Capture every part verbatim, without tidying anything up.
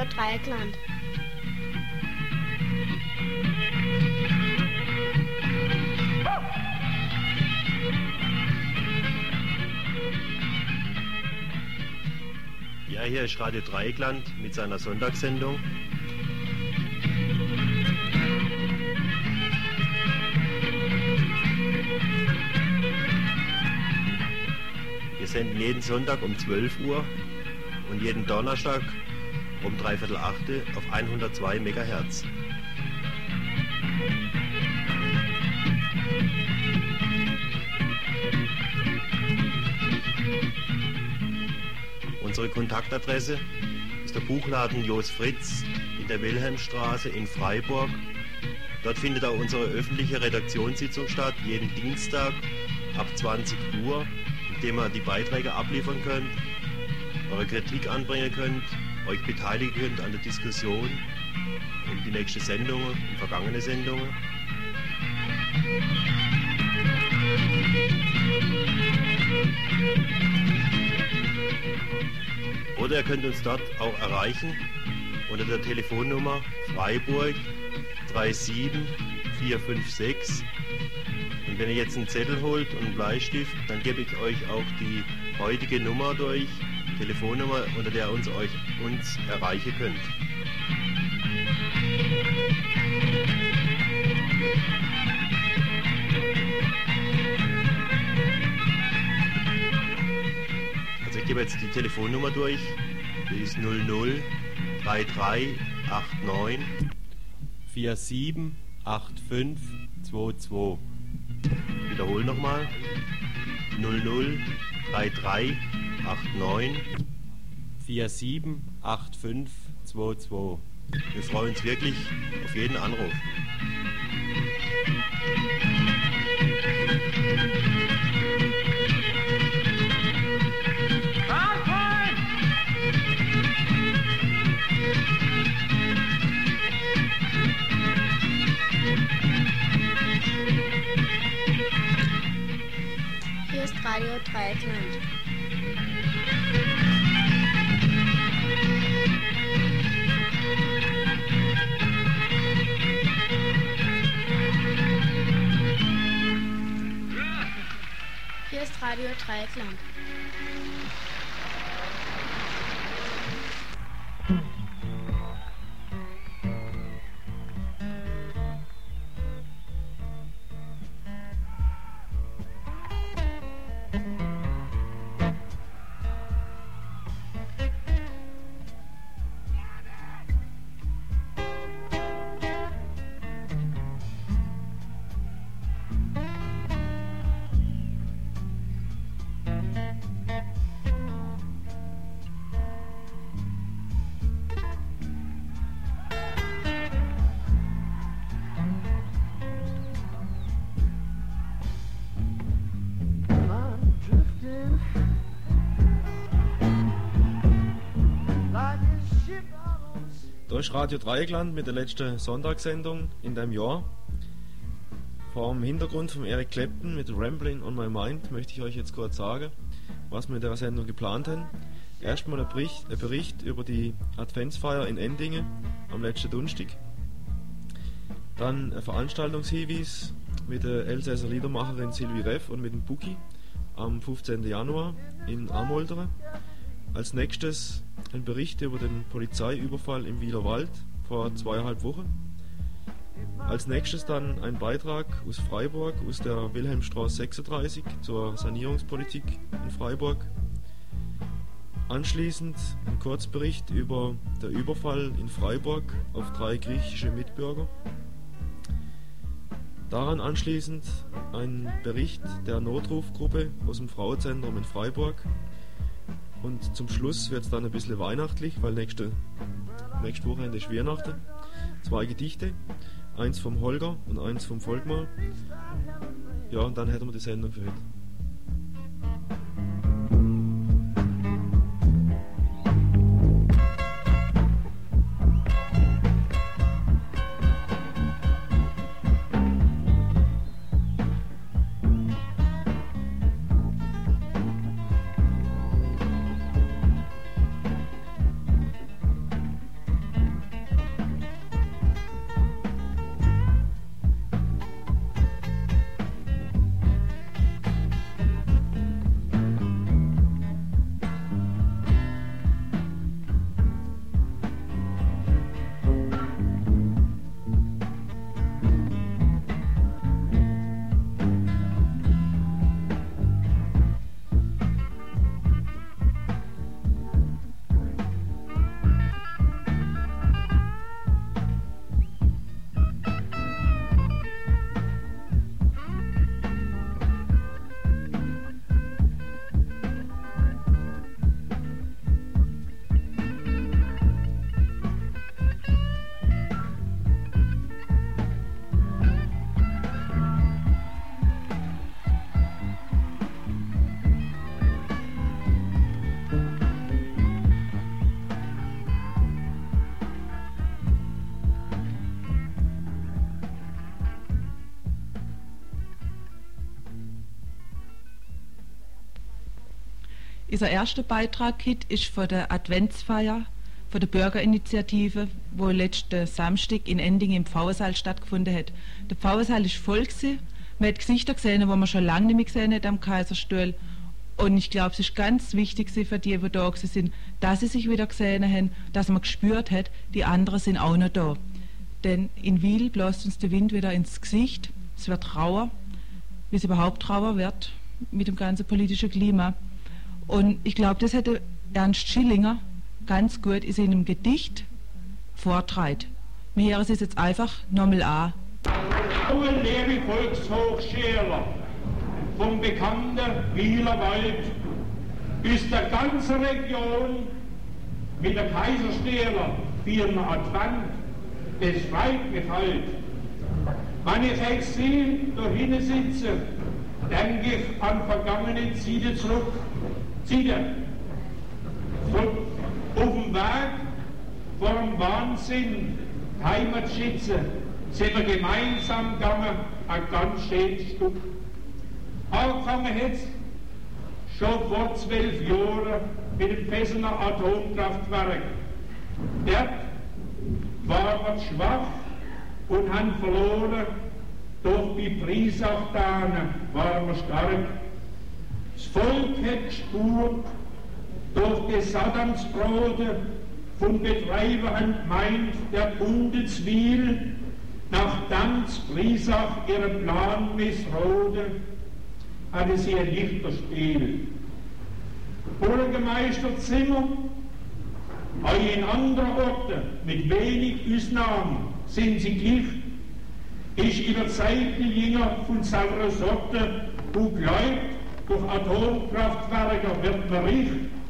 Dreieckland. Ja, hier ist Radio Dreieckland mit seiner Sonntagssendung. Wir senden jeden Sonntag um zwölf Uhr und jeden Donnerstag um dreiviertel achte auf hundertzwei Megahertz. Unsere Kontaktadresse ist der Buchladen Jos Fritz in der Wilhelmstraße in Freiburg. Dort findet auch unsere öffentliche Redaktionssitzung statt, jeden Dienstag ab zwanzig Uhr, in dem ihr die Beiträge abliefern könnt, eure Kritik anbringen könnt, euch beteiligen könnt an der Diskussion um die nächste Sendung, um vergangene Sendungen. Oder ihr könnt uns dort auch erreichen unter der Telefonnummer Freiburg drei sieben vier fünf sechs. Und wenn ihr jetzt einen Zettel holt und einen Bleistift, dann gebe ich euch auch die heutige Nummer durch, Telefonnummer, unter der ihr uns, euch, uns erreichen könnt. Also ich gebe jetzt die Telefonnummer durch, die ist null null drei drei acht neun vier sieben acht fünf zwei zwei. Ich wiederhole nochmal, null null drei drei acht neun vier sieben acht fünf zwei zwei. Wir freuen uns wirklich auf jeden Anruf. Hier ist Radio Dreieckland. Hier ist Radio Dreieckland. Da ist Radio Dreieckland mit der letzten Sonntagssendung in diesem Jahr. Vor dem Hintergrund von Eric Clapton mit Rambling on My Mind möchte ich euch jetzt kurz sagen, was wir in der Sendung geplant haben. Erstmal ein Bericht, ein Bericht über die Adventsfeier in Endingen am letzten Donnerstag. Dann ein Veranstaltungshinweis mit der Elsässer Liedermacherin Sylvie Reff und mit dem Buki am fünfzehnten Januar in Amoldere. Als nächstes ein Bericht über den Polizeiüberfall im Wielerwald vor zweieinhalb Wochen. Als nächstes dann ein Beitrag aus Freiburg, aus der Wilhelmstraße sechsunddreißig zur Sanierungspolitik in Freiburg. Anschließend ein Kurzbericht über den Überfall in Freiburg auf drei griechische Mitbürger. Daran anschließend ein Bericht der Notrufgruppe aus dem Frauenzentrum in Freiburg. Und zum Schluss wird es dann ein bisschen weihnachtlich, weil nächste, nächste Wochenende ist Weihnachten. Zwei Gedichte, eins vom Holger und eins vom Volkmar. Ja, und dann hätten wir die Sendung für heute. Unser erster Beitrag heute ist von der Adventsfeier, von der Bürgerinitiative, wo letzten Samstag in Endingen im Pfauensaal stattgefunden hat. Der Pfauensaal ist voll gewesen. Man hat Gesichter gesehen, die man schon lange nicht mehr gesehen hat am Kaiserstuhl. Und ich glaube, es ist ganz wichtig für die, die da sind, dass sie sich wieder gesehen haben, dass man gespürt hat, die anderen sind auch noch da. Denn in Wil bläst uns der Wind wieder ins Gesicht. Es wird rauer, wie es überhaupt rauer wird mit dem ganzen politischen Klima. Und ich glaube, das hätte Ernst Schillinger ganz gut in seinem Gedicht vortreibt. Wir hören es jetzt einfach nochmal an. Liebe Volkshochschüler, vom bekannten Wiler Wald bis der ganzen Region mit der Kaiserstähler vierten Advent, das freut mich halt. Wenn ich euch sehe, da hinten sitze, denke ich an vergangene Zeiten zurück. Zeiten. Von, auf dem Weg vor dem Wahnsinn, Heimatschütze, sind wir gemeinsam gegangen, ein ganz schönes Stück. Angefangen jetzt schon vor zwölf Jahren mit dem Fessener Atomkraftwerk. Dort waren wir schwach und haben verloren, doch bei Preisachtanen waren wir stark. Das Volk hat gespurt, doch die Saddamsbrote von Betreibern haben gemeint, der Bundeswil, nachdem das Priesach ihren Plan missrote, hatte sie ein Lichterspiel. Bürgermeister Zimmer, auch in anderen Orten, mit wenig Ausnahmen, sind sie gleich, ist überzeugte Jünger von seiner Sorte, wo glaubt, durch Atomkraftwerke wird man reich.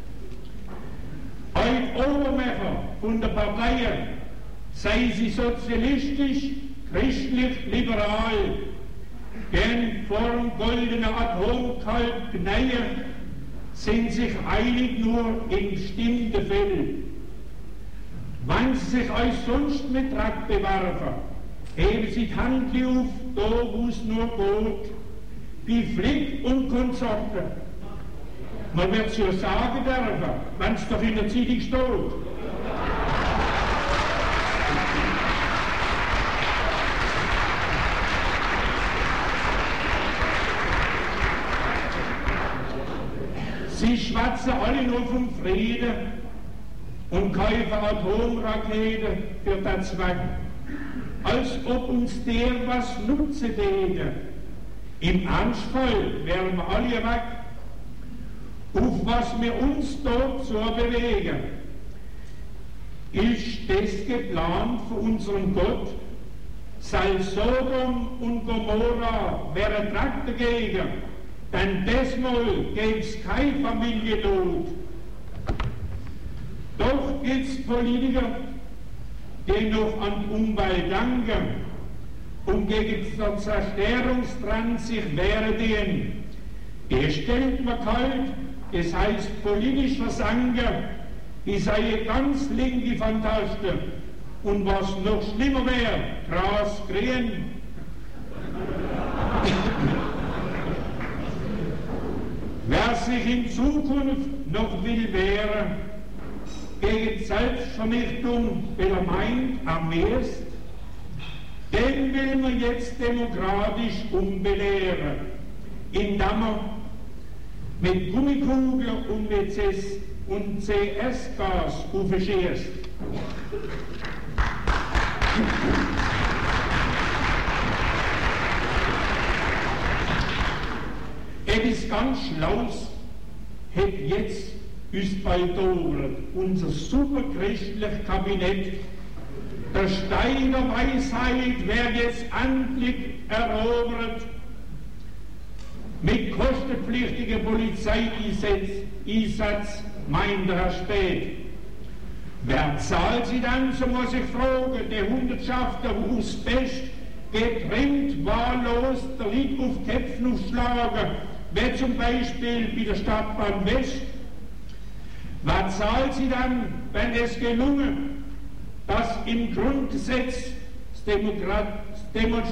Auch Obermacher von der Parteien, sei sie sozialistisch, christlich, liberal, denn vor dem goldenen Atomkalb Gneie sind sich einig nur in bestimmten Fällen. Wenn sie sich euch sonst mit Dreck bewerfen, heben sie die Hand auf, da wo es nur geht, wie Flick und Konsorten. Man wird es ja sagen dürfen, wenn es doch in der Zeitung steht. Sie schwatzen alle nur vom Frieden und kaufen Atomraketen für den Zweck, als ob uns der was nutzen täte. Im Ernstfall wären wir alle weg. Auf was wir uns dort so bewegen, ist das geplant für unseren Gott. Sei Sodom und Gomorra wäre Dreck dagegen, denn desmal gäb's kein Familienlot. Doch gibt's Politiker, die noch an die Umwelt danken und gegen den Zerstörungstrend sich wehren den. Der stellt man kalt, das heißt politisch versanken, die sei ganz linke Fantaste. Und was noch schlimmer wäre, grasgrün. Wer sich in Zukunft noch will wehren, gegen Selbstvernichtung, weil er meint, am erst, den will man jetzt demokratisch umbelehren, indem er mit Gummikugeln und mit C S-Gas aufschießt. Etwas ganz Schlaues hat jetzt uns bald dauert, unser superchristliches Kabinett. Der Stein der Weisheit wird jetzt endlich erobert. Mit kostenpflichtigem Polizeieinsatz, meint der Herr Späth. Wer zahlt sie dann, so muss ich fragen, der Hundertschafter, wo es best getrennt, wahllos der Lied auf Köpfen aufschlagen, wie zum Beispiel bei der Stadtbahn West. Wer zahlt sie dann, wenn es gelungen, dass im Grundgesetz das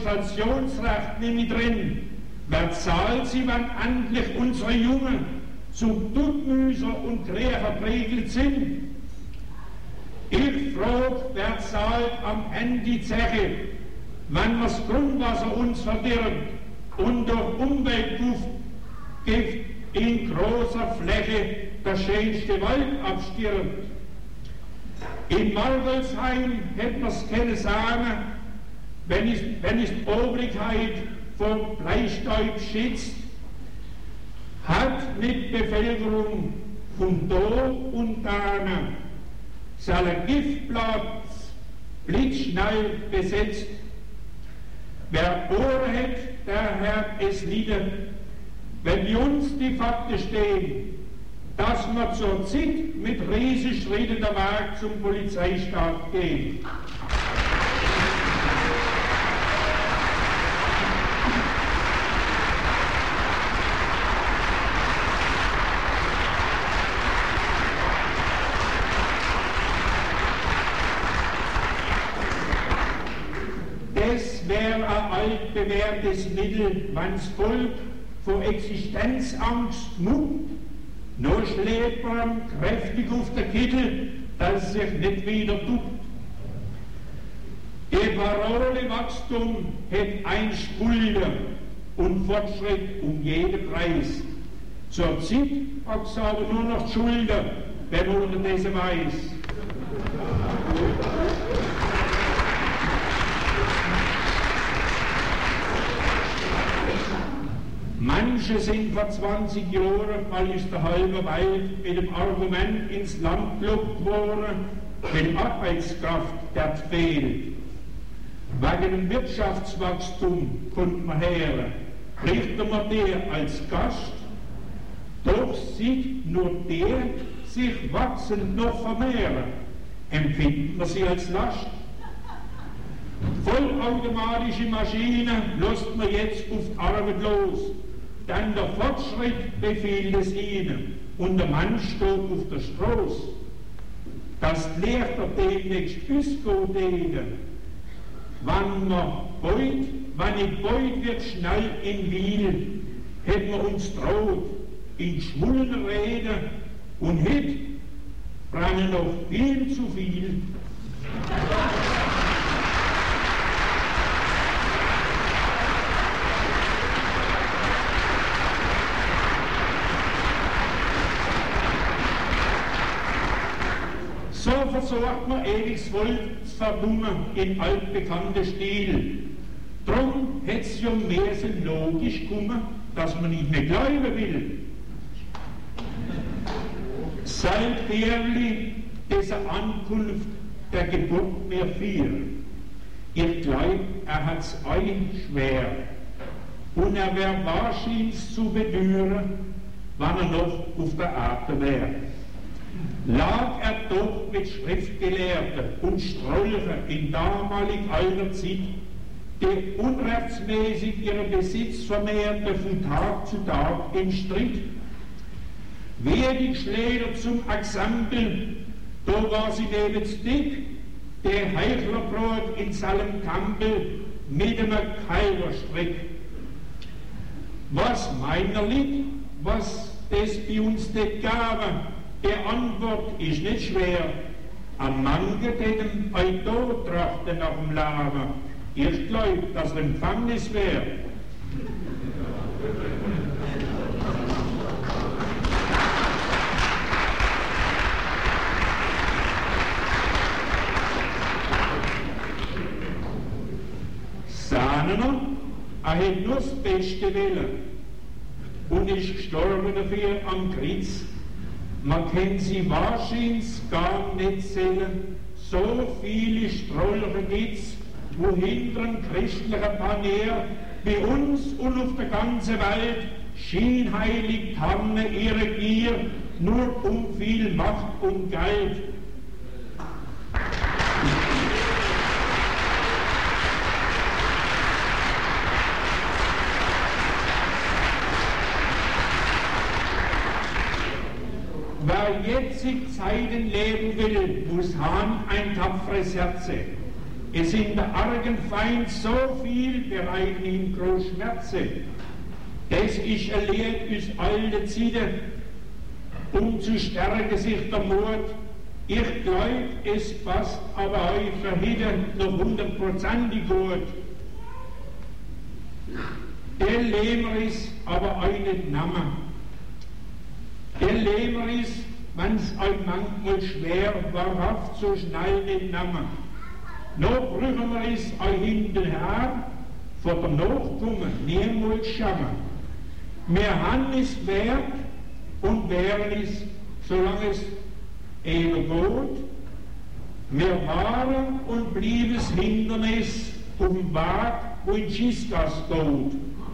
Demonstrationsrecht nicht mehr drin? Wer zahlt sie, wenn endlich unsere Jungen zum Duttmüser und Krähe verprägelt sind. Ich frage, wer zahlt am Ende die Zeche, wenn das Grundwasser uns verdirbt und durch Umweltgift in großer Fläche der schönste Wald abstirbt. In Margolsheim hätte man es können sagen, wenn es, wenn es die Obrigkeit vom Bleistäub schützt, hat nicht die Bevölkerung von da und da seinen Giftplatz blitzschnell besetzt. Wer Ohren hat, der hört es nieder. Wenn bei uns die Fakten stehen, dass wir zur Zeit mit Riesenschritten der Weg zum Polizeistaat gehen. Das wäre ein altbewährtes Mittel, wenn das Volk vor Existenzangst muckt, nur schlägt man kräftig auf der Kittel, dass es sich nicht wieder tut. Die Parole Wachstum hat ein Spulde und Fortschritt um jeden Preis. Zur Zeit hat es aber nur noch die Schulden, wenn man unter diese weiß. Manche sind vor zwanzig Jahren, weil ist der halbe Wald mit dem Argument ins Land gelockt worden, wenn Arbeitskraft der fehlt. Wegen dem Wirtschaftswachstum kommt man her, richtet man der als Gast, doch sieht nur der sich wachsend noch vermehren, empfindet man sie als Last. Vollautomatische Maschinen lässt man jetzt auf die Arbeit los. Denn der Fortschritt befiehlt es ihnen und der Mann steht auf der Straße. Das lehrt er demnächst ausgehen denen. Wenn man beut, wenn ich beut wird schnell in Wiel, hätten wir uns traut, in schwulen Reden und heute brennen noch viel zu viel. So versorgt man ewiges Volk zu verdummen in altbekannter Stil. Drum hätte es ja mehr so logisch kommen, dass man nicht mehr glauben will. Seit Ehrlich diese Ankunft der Geburt mir fiel. Ich glaube, er hat's ein schwer. Und er wäre wahrscheinlich zu bedüren, wenn er noch auf der Erde wäre. Lag er doch mit Schriftgelehrten und Strolchen in damalig alter Zeit, die unrechtsmäßig ihren Besitz vermehrten von Tag zu Tag im Streit. Wenig Schläger zum Exempel, da war sie neben dick, der Heichlerbrot in seinem Kampel mit einem Keilerstrick. Was meiner liegt, was das bei uns nicht gab, die Antwort ist nicht schwer. Am Manche denen ein Tod trachte nach dem Leben. Ich glaub, dass er Empfängnis wäre. Sahnener, er hat nur das Beste Willen und ist gestorben dafür am Kreuz. Man kann sie wahrscheinlich gar nicht zählen, so viele Strolche gibt's, wo hinter dem christlichen Panier bei uns und auf der ganzen Welt scheinheilig tarnen ihre Gier nur um viel Macht und Geld. Wer jetzig Zeiten leben will, muss haben ein tapferes Herze. Es in der argen Feind so viel, bereiten ihm groß Schmerze. Das ist erlehrt aus alten Zeiten, umzu stärker sich der Mut. Ich glaube, es passt aber euch für heute noch hundertprozentig gut. Der Lehmer ist aber euch nicht Name. Der Lehmer ist, wenn's euch manchmal schwer, wahrhaft so schnell nicht Name. Noch brüchen wir es euch hinterher, vor der Nachkommen niemals schauen. Wir haben es wert und wären es, solange es einer geht. Wir waren und blieben das Hindernis auf dem Weg, wo in Schistas geht.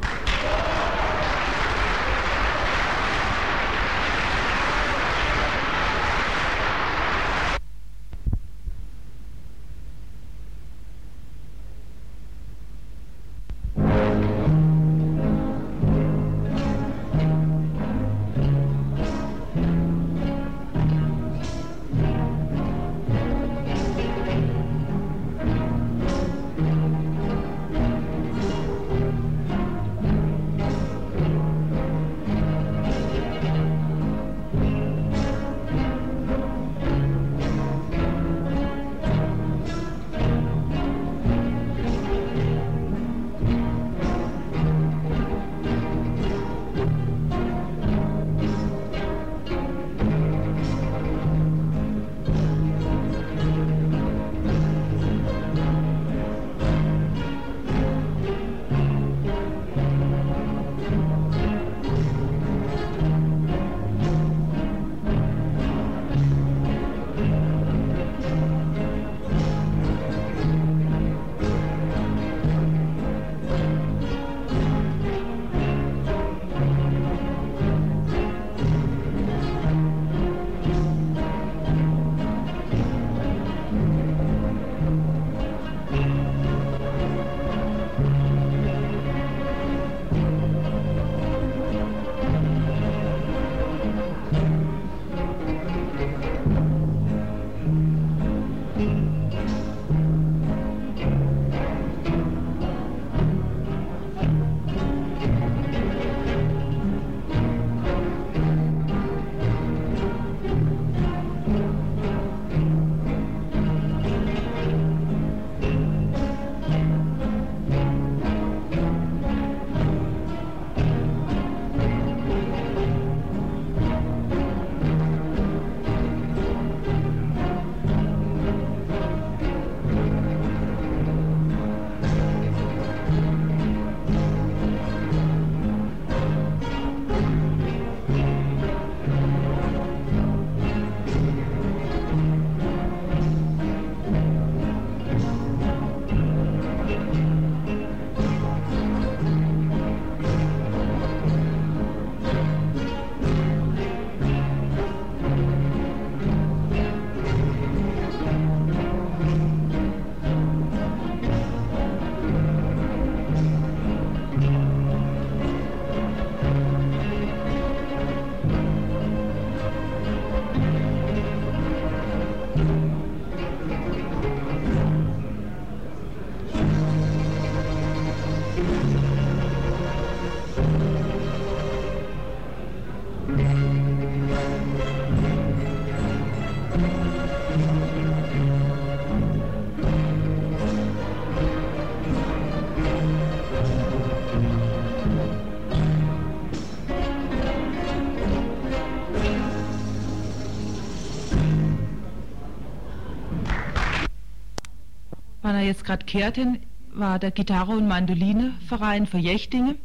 Wann er jetzt gerade gehört haben, war der Gitarre- und Mandolineverein für Jechtingen.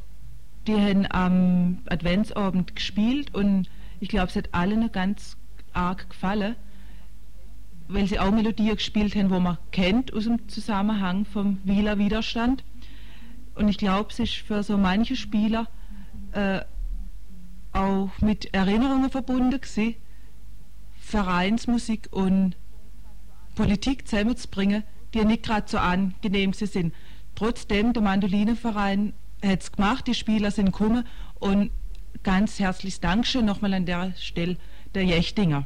Die haben am Adventsabend gespielt und ich glaube, es hat allen ganz arg gefallen, weil sie auch Melodien gespielt haben, wo man kennt aus dem Zusammenhang vom Wieler Widerstand. Und ich glaube, es ist für so manche Spieler äh, auch mit Erinnerungen verbunden gewesen, Vereinsmusik und Politik zusammenzubringen, die nicht gerade so angenehm sind. Trotzdem, der Mandolinenverein hat es gemacht, die Spieler sind gekommen und ganz herzliches Dankeschön nochmal an der Stelle der Jechtinger.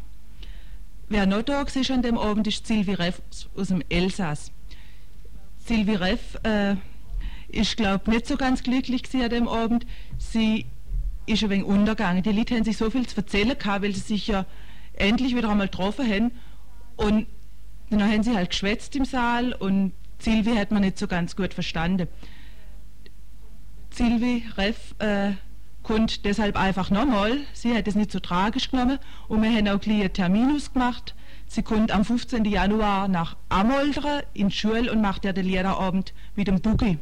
Wer noch da war an dem Abend, ist Sylvie Reff aus dem Elsass. Sylvie Reff äh, ist, glaube ich, nicht so ganz glücklich an dem Abend. Sie ist ein wenig untergegangen. Die Leute haben sich so viel zu erzählen gehabt, weil sie sich ja endlich wieder einmal getroffen haben. Und dann haben sie halt geschwätzt im Saal und Sylvie hat man nicht so ganz gut verstanden. Sylvie Reff äh, kommt deshalb einfach nochmal. Sie hat es nicht so tragisch genommen und wir haben auch gleich einen Termin ausgemacht. Sie kommt am fünfzehnten Januar nach Amoldere in die Schule und macht ja den Lehrerabend mit dem Buggy.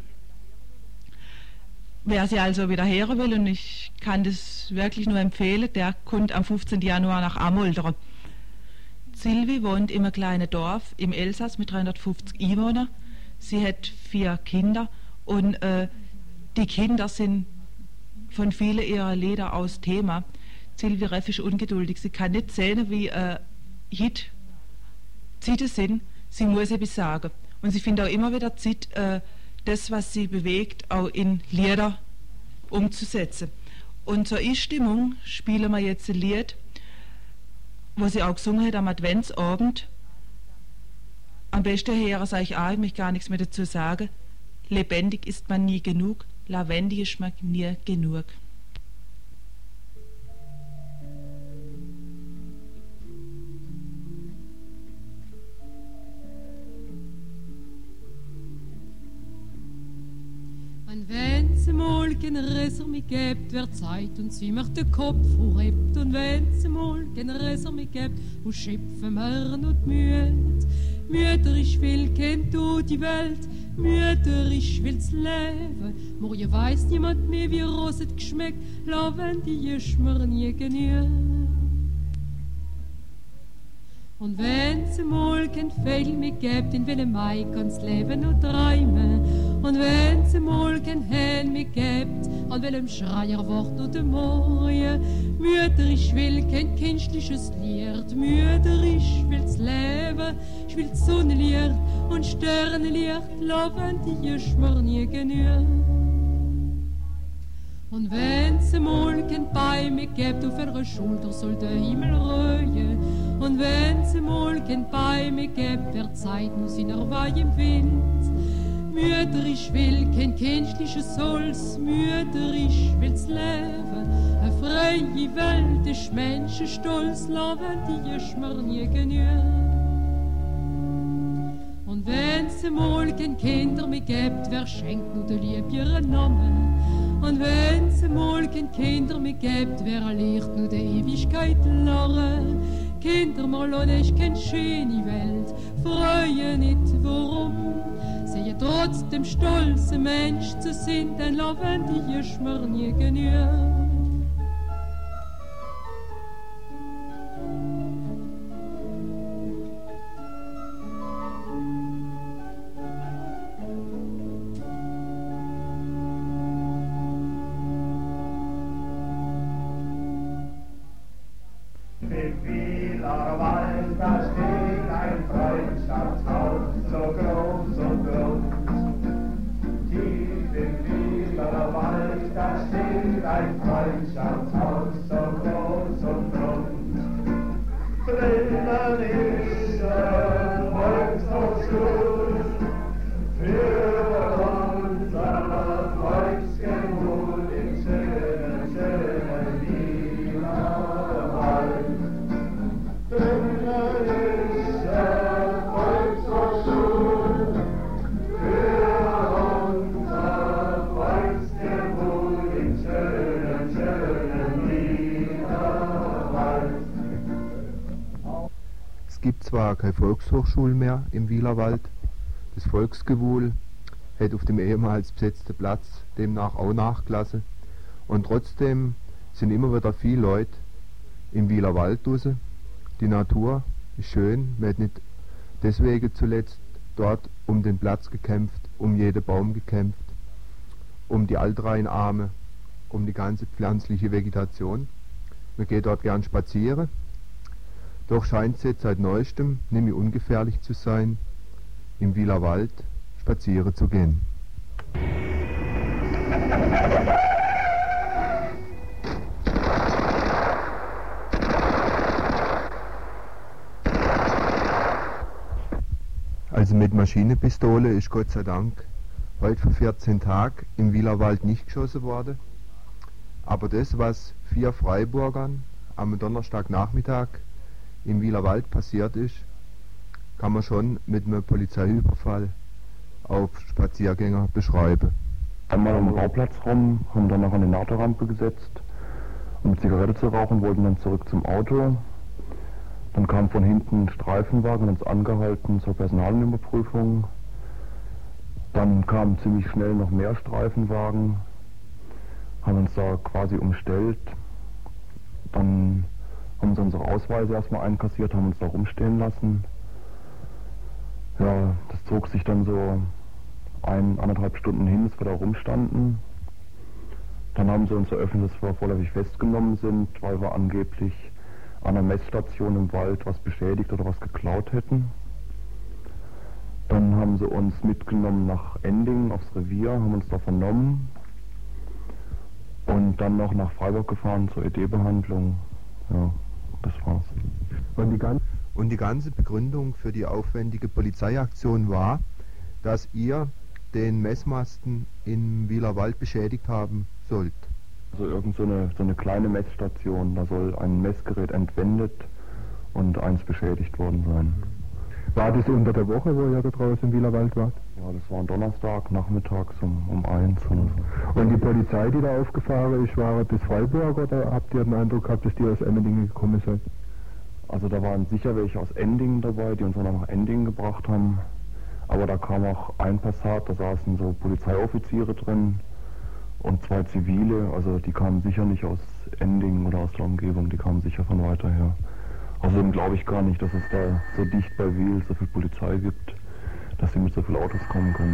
Wer sie also wieder hören will, und ich kann das wirklich nur empfehlen, der kommt am fünfzehnten Januar nach Amoldere. Sylvie wohnt in einem kleinen Dorf im Elsass mit dreihundertfünfzig Einwohnern. Sie hat vier Kinder und äh, die Kinder sind von vielen ihrer Lieder aus Thema. Sylvie Reff ist ungeduldig. Sie kann nicht sehen, wie äh, Hit Zeiten sind. Sie muss etwas sagen. Und sie findet auch immer wieder Zeit, äh, das, was sie bewegt, auch in Lieder umzusetzen. Und zur Einstimmung spielen wir jetzt ein Lied, wo sie auch gesungen hat am Adventsabend. Am besten her sage ich auch, ich möchte gar nichts mehr dazu sagen. Lebendig ist man nie genug, lavendig ist man nie genug. Und wenn's mal kein Resser mehr gibt, wer Zeit und sie macht den Kopf hochhebt. Und wenn's mal kein Resser mehr gibt, wo schöpfen wir und müde. Mütterisch will kennt du die Welt, mütterisch will's leben. Morgen weiß niemand mehr, wie Roset geschmeckt, lavendie ist mir nie genügt. Und wenn's mal kein Fehl mehr gibt, in welchem Mai kann's leben und träumen. Und wenn's mal kein Hen mehr gibt, an welchem Schreier Wort und dem Morgen. Mütterisch will kein künstliches Lied, mütterisch will's leben. Ich will Sonnenlicht und Sternenlicht, lavendie ist mir nie genügt. Und wenn's mal kein Bein mehr gibt, auf ihrer Schulter soll der Himmel ruhen. Und wenn's mal kein Bein mehr gibt, wer Zeit muss in der Weih im Wind. Mütterisch will kein künstliches Holz, mütterisch will's leben. Eine freie Welt ist Menschenstolz, lavendie ist mir nie genügt. Und wenn's mal kein Kinder mehr gibt, wer schenkt nur der Liebe ihren Namen? Und wenn's mal kein Kinder mehr gibt, wer erlicht nur die Ewigkeit lachen? Kinder mal ohne ist keine schöne Welt, freue nicht warum. Sehe trotzdem stolz, ein Mensch zu sein, denn lavendie ist mir nie genügt. Es gibt zwar keine Volkshochschule mehr im Wielerwald, das Volksgewohl hat auf dem ehemals besetzten Platz demnach auch nachgelassen und trotzdem sind immer wieder viele Leute im Wielerwald draussen. Die Natur ist schön, man hat nicht deswegen zuletzt dort um den Platz gekämpft, um jeden Baum gekämpft, um die Altrheinarme, um die ganze pflanzliche Vegetation. Man geht dort gern spazieren. Doch scheint es jetzt seit Neuestem nicht mehr ungefährlich zu sein, im Wielerwald spazieren zu gehen. Also mit Maschinenpistole ist Gott sei Dank heute vor vierzehn Tagen im Wielerwald nicht geschossen worden. Aber das, was vier Freiburgern am Donnerstagnachmittag im Wielerwald passiert ist, kann man schon mit einem Polizeiüberfall auf Spaziergänger beschreiben. Einmal am Bauplatz rum, haben dann noch an die NATO-Rampe gesetzt, um eine Zigarette zu rauchen, wollten dann zurück zum Auto. Dann kam von hinten ein Streifenwagen und uns angehalten zur Personalnummerprüfung. Dann kamen ziemlich schnell noch mehr Streifenwagen, haben uns da quasi umstellt. Dann haben sie unsere Ausweise erstmal einkassiert, haben uns da rumstehen lassen. Ja, das zog sich dann so ein, anderthalb Stunden hin, bis wir da rumstanden. Dann haben sie uns eröffnet, dass wir vorläufig festgenommen sind, weil wir angeblich an einer Messstation im Wald was beschädigt oder was geklaut hätten. Dann haben sie uns mitgenommen nach Endingen aufs Revier, haben uns da vernommen und dann noch nach Freiburg gefahren zur E D-Behandlung. Ja, das war's. Und die, gan und die ganze Begründung für die aufwendige Polizeiaktion war, dass ihr den Messmasten im Wielerwald beschädigt haben sollt. Also irgend so eine, so eine kleine Messstation, da soll ein Messgerät entwendet und eins beschädigt worden sein. War das unter der Woche, wo ihr da draußen im Wielerwald wart? Ja, das war ein Donnerstag, nachmittags um, um eins oder so. Und die Polizei, die da aufgefahren ist, war das Freiburg oder habt ihr den Eindruck gehabt, dass die aus Emmendingen gekommen seid? Also da waren sicher welche aus Endingen dabei, die uns dann nach Endingen gebracht haben. Aber da kam auch ein Passat, da saßen so Polizeioffiziere drin und zwei Zivile, also die kamen sicher nicht aus Endingen oder aus der Umgebung, die kamen sicher von weiter her. Außerdem glaube ich gar nicht, dass es da so dicht bei Wiel so viel Polizei gibt, dass sie mit so vielen Autos kommen können.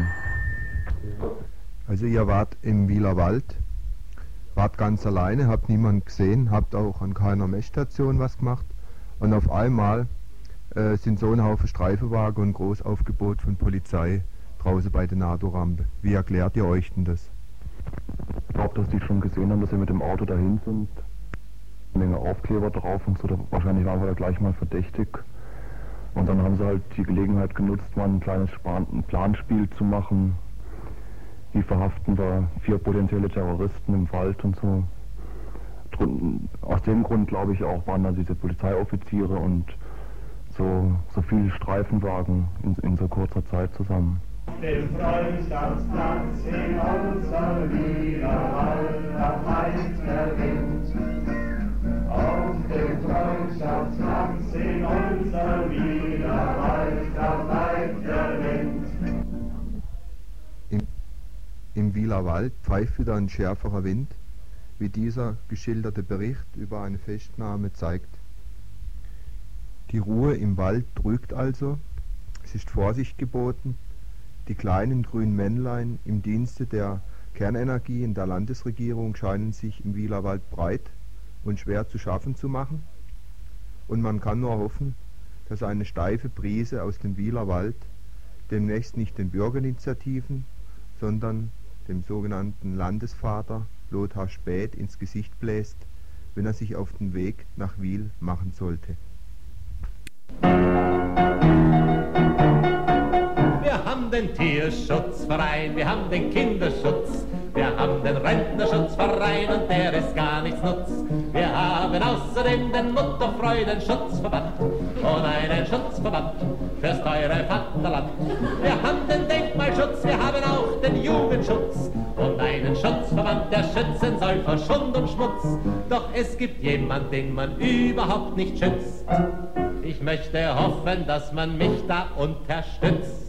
Also ihr wart im Wielerwald, wart ganz alleine, habt niemanden gesehen, habt auch an keiner Messstation was gemacht und auf einmal äh, sind so ein Haufen Streifenwagen und ein Großaufgebot von Polizei draußen bei der NATO-Rampe. Wie erklärt ihr euch denn das? Ich glaube, dass die schon gesehen haben, dass wir mit dem Auto dahin sind. Eine Menge Aufkleber drauf und so, wahrscheinlich waren wir da gleich mal verdächtig. Und dann haben sie halt die Gelegenheit genutzt, mal ein kleines Planspiel zu machen. Wie verhaften wir vier potenzielle Terroristen im Wald und so. Aus dem Grund, glaube ich, auch waren da diese Polizeioffiziere und so, so viele Streifenwagen in, in so kurzer Zeit zusammen. Dem Freundschaftsplatz in unser Wielerwald, da weht der Wind. Auf dem Freundschaftsplatz in unser Wielerwald, da weht der Wind. Im, Im Wielerwald pfeift wieder ein schärferer Wind, wie dieser geschilderte Bericht über eine Festnahme zeigt. Die Ruhe im Wald trügt also, es ist Vorsicht geboten. Die kleinen grünen Männlein im Dienste der Kernenergie in der Landesregierung scheinen sich im Wielerwald breit und schwer zu schaffen zu machen. Und man kann nur hoffen, dass eine steife Brise aus dem Wielerwald demnächst nicht den Bürgerinitiativen, sondern dem sogenannten Landesvater Lothar Späth ins Gesicht bläst, wenn er sich auf den Weg nach Wiel machen sollte. Wir haben den Tierschutzverein, wir haben den Kinderschutz, wir haben den Rentnerschutzverein und der ist gar nichts nutz. Wir haben außerdem den Mutterfreudenschutzverband und einen Schutzverband fürs teure Vaterland. Wir haben den Denkmalschutz, wir haben auch den Jugendschutz und einen Schutzverband, der schützen soll vor Schund und Schmutz. Doch es gibt jemand, den man überhaupt nicht schützt. Ich möchte hoffen, dass man mich da unterstützt.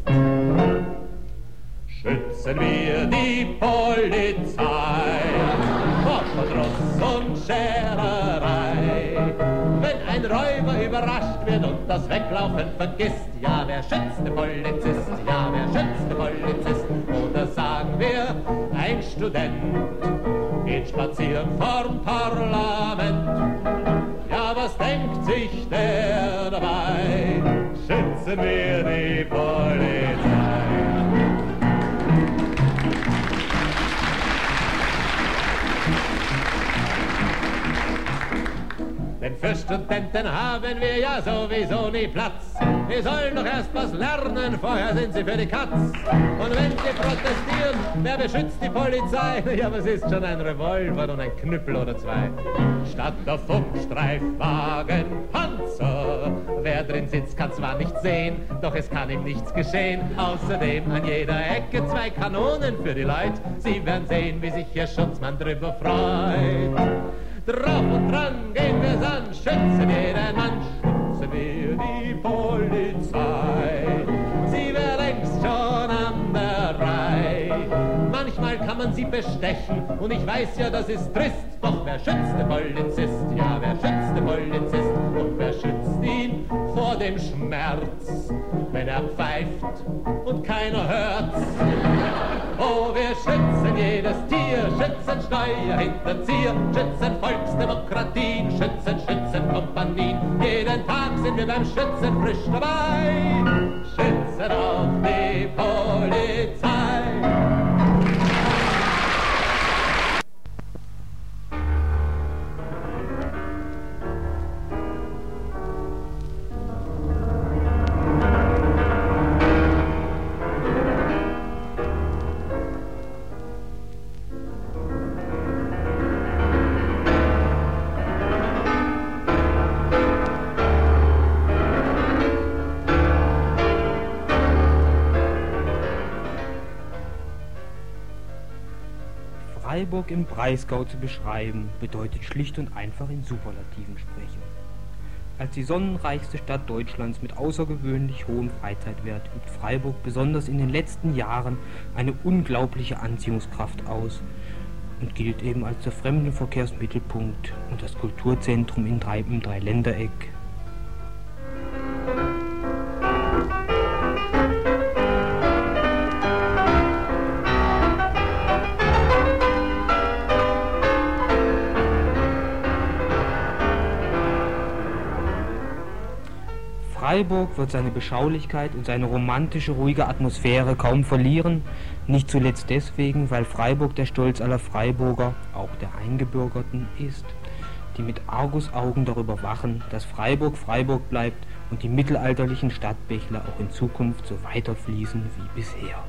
Schützen wir die Polizei vor Verdruss und Schererei. Wenn ein Räuber überrascht wird und das Weglaufen vergisst, ja, wer schützt den Polizist? Ja, wer schützt den Polizist? Oder sagen wir, ein Student geht spazieren vorm Parlament. Ja, was denkt sich der dabei? Schützen wir die Polizei. Denn für Studenten haben wir ja sowieso nie Platz. die sollen doch erst was lernen, vorher sind sie für die Katz. Und wenn sie protestieren, wer beschützt die Polizei? Ja, was ist schon ein Revolver und ein Knüppel oder zwei? Statt der Funkstreifwagen Panzer, wer drin sitzt, kann zwar nicht sehen, doch es kann ihm nichts geschehen. Außerdem an jeder Ecke zwei Kanonen für die Leute. Sie werden sehen, wie sich ihr Schutzmann drüber freut. Drauf und dran gehen wir's an, schützen jeden Mann, schützen wir die Polizei. Sie wär längst schon an der Reihe. Manchmal kann man sie bestechen und ich weiß ja, das ist trist. Doch wer schützt den Polizist? Ja, wer schützt den Polizist? Und wer schützt ihn vor dem Schmerz, wenn er pfeift und keiner hört's? Oh, wir schützen jedes Tier, schützen Steuerhinterzieher, schützen Volksdemokratien, schützen Schützenkompanien. Jeden Tag sind wir beim Schützen frisch dabei, schützen auch die Polizei. Freiburg im Breisgau zu beschreiben, bedeutet schlicht und einfach in Superlativen sprechen. Als die sonnenreichste Stadt Deutschlands mit außergewöhnlich hohem Freizeitwert übt Freiburg besonders in den letzten Jahren eine unglaubliche Anziehungskraft aus und gilt eben als der Fremdenverkehrsmittelpunkt und das Kulturzentrum in drei, im Dreiländereck. Freiburg wird seine Beschaulichkeit und seine romantische, ruhige Atmosphäre kaum verlieren, nicht zuletzt deswegen, weil Freiburg der Stolz aller Freiburger, auch der Eingebürgerten, ist, die mit Argusaugen darüber wachen, dass Freiburg Freiburg bleibt und die mittelalterlichen Stadtbächle auch in Zukunft so weiterfließen wie bisher.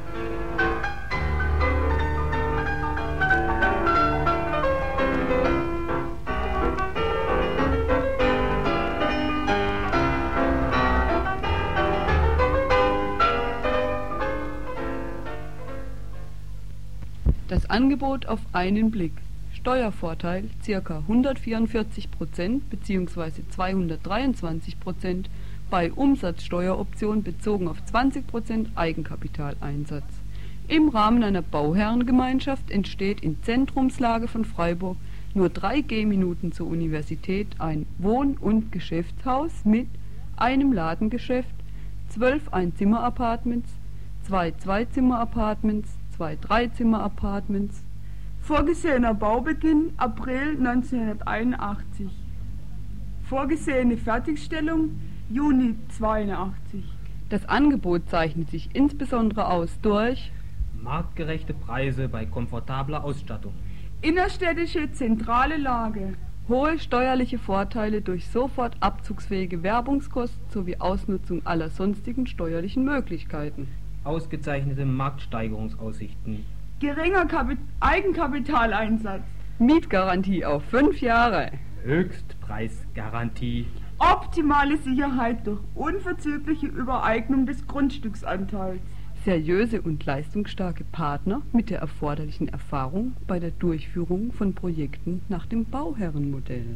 Das Angebot auf einen Blick. Steuervorteil ca. hundertvierundvierzig Prozent bzw. zweihundertdreiundzwanzig Prozent bei Umsatzsteueroption bezogen auf zwanzig Prozent Eigenkapitaleinsatz. Im Rahmen einer Bauherrengemeinschaft entsteht in Zentrumslage von Freiburg nur drei Gehminuten zur Universität ein Wohn- und Geschäftshaus mit einem Ladengeschäft, zwölf Einzimmer-Apartments, zwei Zweizimmer-Apartments, zwei Dreizimmer-Apartments. Vorgesehener Baubeginn April neunzehnhunderteinundachtzig. Vorgesehene Fertigstellung Juni zweiundachtzig. Das Angebot zeichnet sich insbesondere aus durch marktgerechte Preise bei komfortabler Ausstattung, innerstädtische zentrale Lage, hohe steuerliche Vorteile durch sofort abzugsfähige Werbungskosten sowie Ausnutzung aller sonstigen steuerlichen Möglichkeiten, ausgezeichnete Marktsteigerungsaussichten, geringer Kapit- Eigenkapitaleinsatz, Mietgarantie auf fünf Jahre, Höchstpreisgarantie, optimale Sicherheit durch unverzügliche Übereignung des Grundstücksanteils, seriöse und leistungsstarke Partner mit der erforderlichen Erfahrung bei der Durchführung von Projekten nach dem Bauherrenmodell.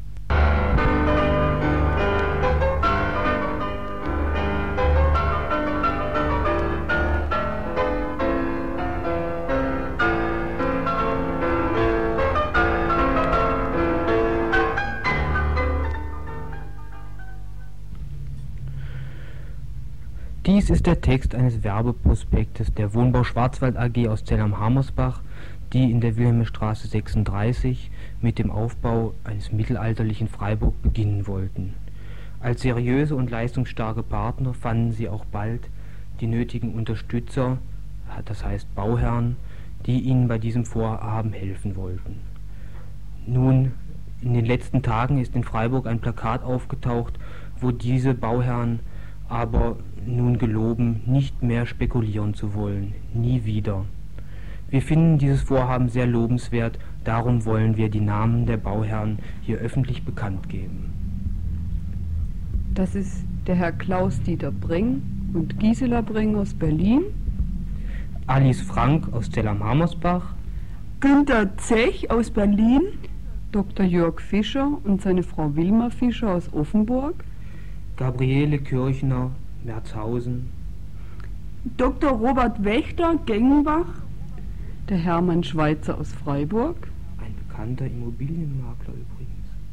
Dies ist der Text eines Werbeprospektes der Wohnbau Schwarzwald A G aus Zell-am-Harmersbach, die in der Wilhelmstraße sechsunddreißig mit dem Aufbau eines mittelalterlichen Freiburg beginnen wollten. Als seriöse und leistungsstarke Partner fanden sie auch bald die nötigen Unterstützer, das heißt Bauherren, die ihnen bei diesem Vorhaben helfen wollten. Nun, in den letzten Tagen ist in Freiburg ein Plakat aufgetaucht, wo diese Bauherren aber nun geloben, nicht mehr spekulieren zu wollen, nie wieder. Wir finden dieses Vorhaben sehr lobenswert, darum wollen wir die Namen der Bauherren hier öffentlich bekannt geben. Das ist der Herr Klaus-Dieter Breng und Gisela Breng aus Berlin, Alice Frank aus Zell-am-Harmersbach, Günter Zech aus Berlin, Doktor Jörg Fischer und seine Frau Wilma Fischer aus Offenburg, Gabriele Kirchner, Merzhausen, Doktor Robert Wächter, Gengenbach, der Hermann Schweitzer aus Freiburg, ein bekannter Immobilienmakler übrigens,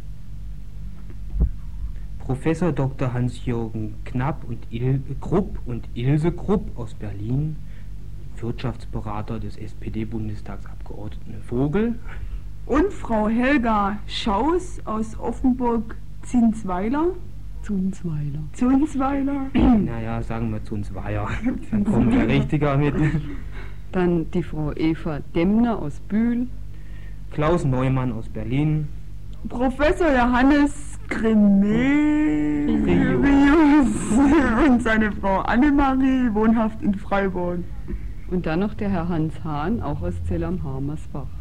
Professor Doktor Hans-Jürgen Knapp und Il Krupp und Ilse Krupp aus Berlin, Wirtschaftsberater des S P D-Bundestagsabgeordneten Vogel, und Frau Helga Schaus aus Offenburg-Zinsweiler. Zunsweiler. Zunsweiler. Naja, sagen wir Zunsweiler. Dann kommt der Richtiger mit. Dann die Frau Eva Demner aus Bühl, Klaus Neumann aus Berlin, Professor Johannes Gremelius und seine Frau Annemarie, wohnhaft in Freiburg. Und dann noch der Herr Hans Hahn, auch aus Zell am Harmersbach.